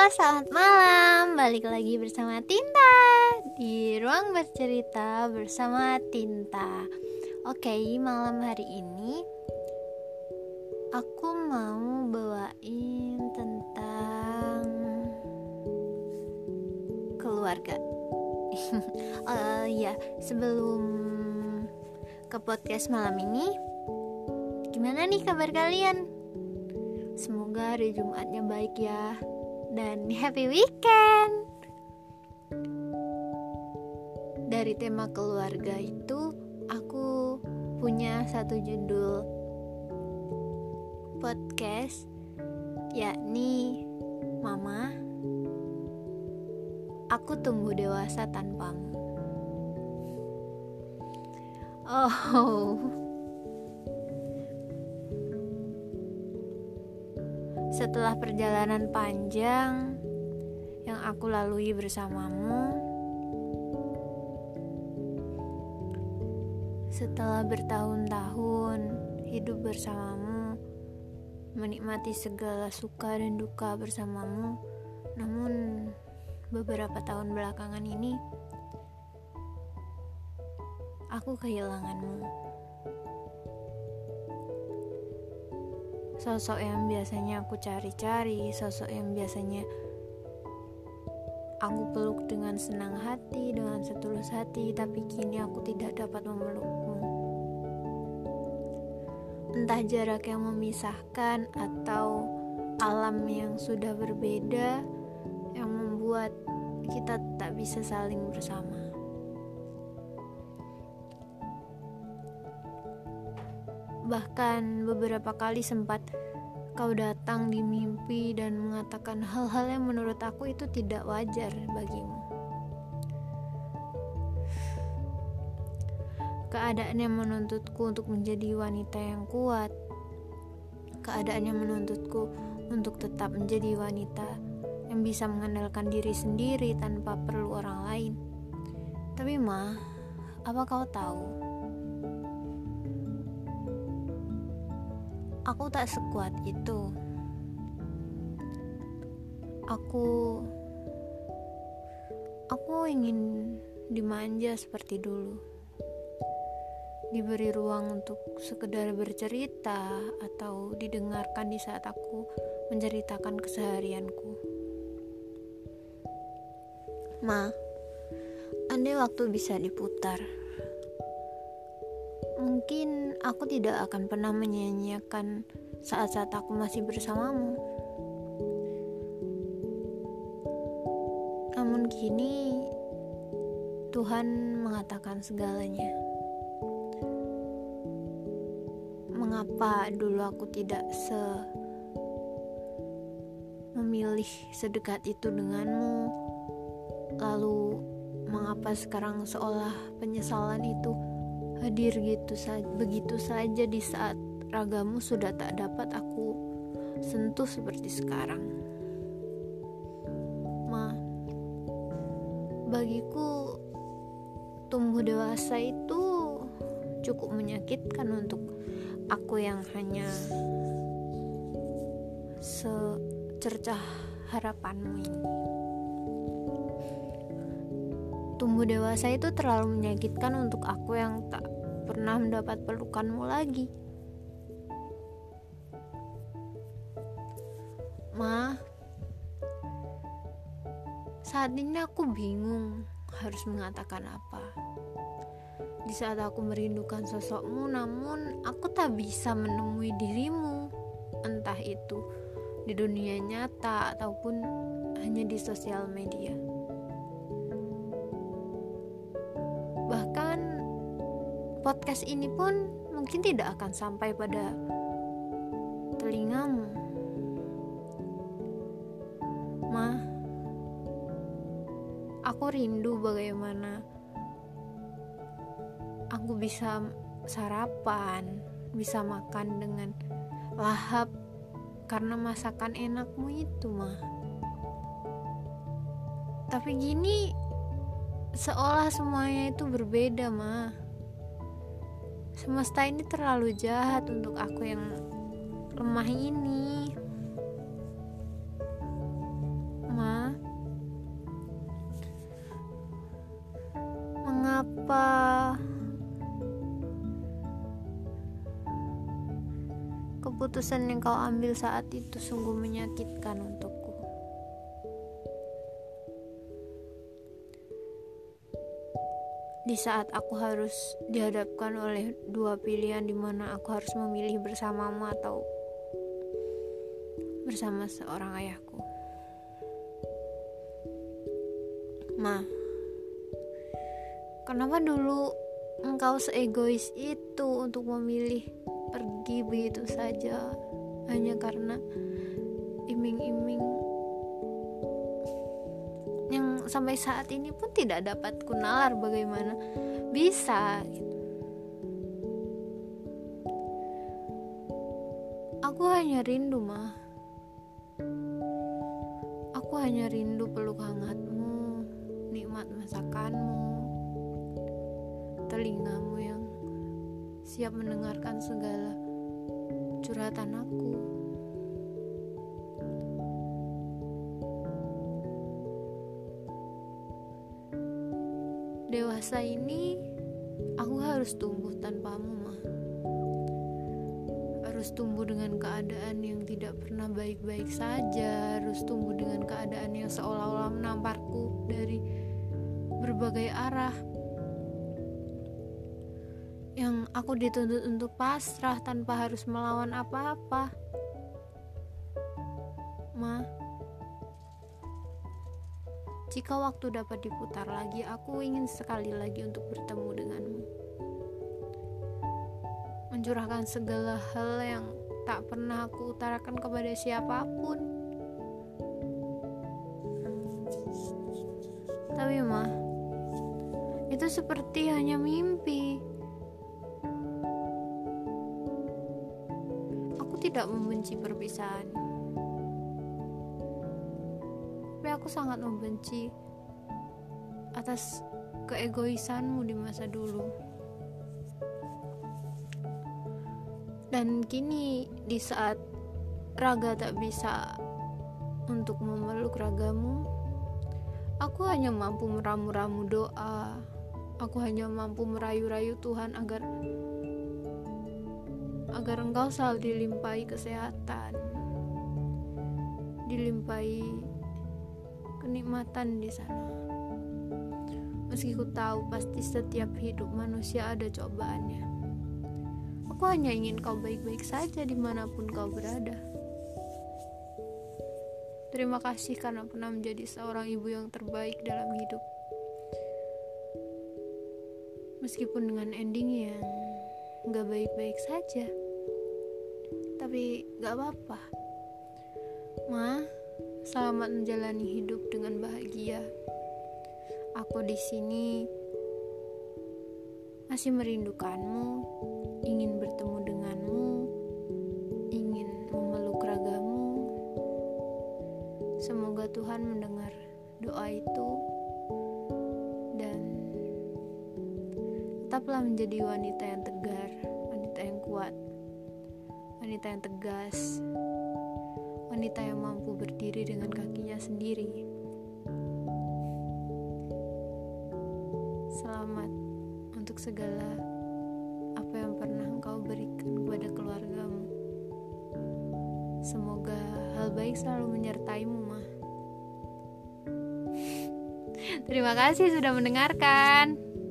Selamat malam. Balik lagi bersama Tinta di ruang bercerita bersama Tinta. Oke, malam hari ini aku mau bawain tentang keluarga. Sebelum ke podcast malam ini, gimana nih kabar kalian? Semoga hari Jumatnya baik ya, dan happy weekend. Dari tema keluarga itu, aku punya satu judul podcast, yakni Mama, Aku Tumbuh Dewasa Tanpamu. Setelah perjalanan panjang yang aku lalui bersamamu, setelah bertahun-tahun hidup bersamamu, menikmati segala suka dan duka bersamamu, namun beberapa tahun belakangan ini aku kehilanganmu. Sosok yang biasanya aku cari-cari, sosok yang biasanya aku peluk dengan senang hati, dengan setulus hati, tapi kini aku tidak dapat memelukmu. Entah jarak yang memisahkan atau alam yang sudah berbeda yang membuat kita tak bisa saling bersama. Bahkan beberapa kali sempat kau datang di mimpi dan mengatakan hal-hal yang menurut aku itu tidak wajar bagimu. Keadaan yang menuntutku untuk menjadi wanita yang kuat. Keadaan yang menuntutku untuk tetap menjadi wanita yang bisa mengandalkan diri sendiri tanpa perlu orang lain. Tapi Ma, apa kau tahu? Aku tak sekuat itu. Aku ingin dimanja seperti dulu. Diberi ruang untuk sekedar bercerita atau didengarkan di saat aku menceritakan keseharianku. Ma, andai waktu bisa diputar, mungkin aku tidak akan pernah menyanyiakan saat-saat aku masih bersamamu. Namun kini Tuhan mengatakan segalanya. Mengapa dulu aku tidak memilih sedekat itu denganmu? Lalu mengapa sekarang seolah penyesalan itu hadir begitu saja di saat ragamu sudah tak dapat aku sentuh seperti sekarang. Ma, bagiku tumbuh dewasa itu cukup menyakitkan untuk aku yang hanya secercah harapanmu ini. Tumbuh dewasa itu terlalu menyakitkan untuk aku yang tak pernah mendapat pelukanmu lagi. Ma, saat ini aku bingung harus mengatakan apa. Di saat aku merindukan sosokmu, namun aku tak bisa menemui dirimu, entah itu di dunia nyata ataupun hanya di sosial media. Bahkan podcast ini pun mungkin tidak akan sampai pada telingamu. Ma, aku rindu bagaimana aku bisa sarapan, bisa makan dengan lahap karena masakan enakmu itu, Ma. Tapi gini seolah semuanya itu berbeda, Ma. Semesta ini terlalu jahat untuk aku yang lemah ini. Ma, Keputusan yang kau ambil saat itu sungguh menyakitkan untukku. Di saat aku harus dihadapkan oleh dua pilihan, di mana aku harus memilih bersamamu atau bersama seorang ayahku. Ma, kenapa dulu engkau seegois itu untuk memilih pergi begitu saja hanya karena iming-iming yang sampai saat ini pun tidak dapat kunalar bagaimana bisa gitu. Aku hanya rindu, Ma. Aku hanya rindu peluk hangatmu, nikmat masakanmu, telingamu yang siap mendengarkan segala curhatan aku. Dewasa ini aku harus tumbuh tanpamu, Ma. Harus tumbuh dengan keadaan yang tidak pernah baik-baik saja, harus tumbuh dengan keadaan yang seolah-olah menamparku dari berbagai arah, yang aku dituntut untuk pasrah tanpa harus melawan apa-apa. Ma, jika waktu dapat diputar lagi, aku ingin sekali lagi untuk bertemu denganmu, mencurahkan segala hal yang tak pernah aku utarakan kepada siapapun. Tapi Ma, itu seperti hanya mimpi. Aku tidak membenci perpisahan, tapi aku sangat membenci atas keegoisanmu di masa dulu. Dan kini di saat raga tak bisa untuk memeluk ragamu, aku hanya mampu meramu-ramu doa. Aku hanya mampu merayu-rayu Tuhan agar engkau selalu dilimpahi kesehatan, dilimpahi kenikmatan di sana. Meski ku tahu pasti setiap hidup manusia ada cobaannya, aku hanya ingin kau baik-baik saja dimanapun kau berada. Terima kasih karena pernah menjadi seorang ibu yang terbaik dalam hidup, meskipun dengan ending yang gak baik-baik saja. Tapi gak apa-apa, Ma. Selamat menjalani hidup dengan bahagia. Aku di sini masih merindukanmu, ingin bertemu denganmu, ingin memeluk ragamu. Semoga Tuhan mendengar doa itu dan tetaplah menjadi wanita yang tegar, wanita yang kuat, wanita yang tegas, wanita yang mampu berdiri dengan kakinya sendiri. Selamat untuk segala apa yang pernah engkau berikan kepada keluargamu. Semoga hal baik selalu menyertaimu, Ma. Terima kasih sudah mendengarkan.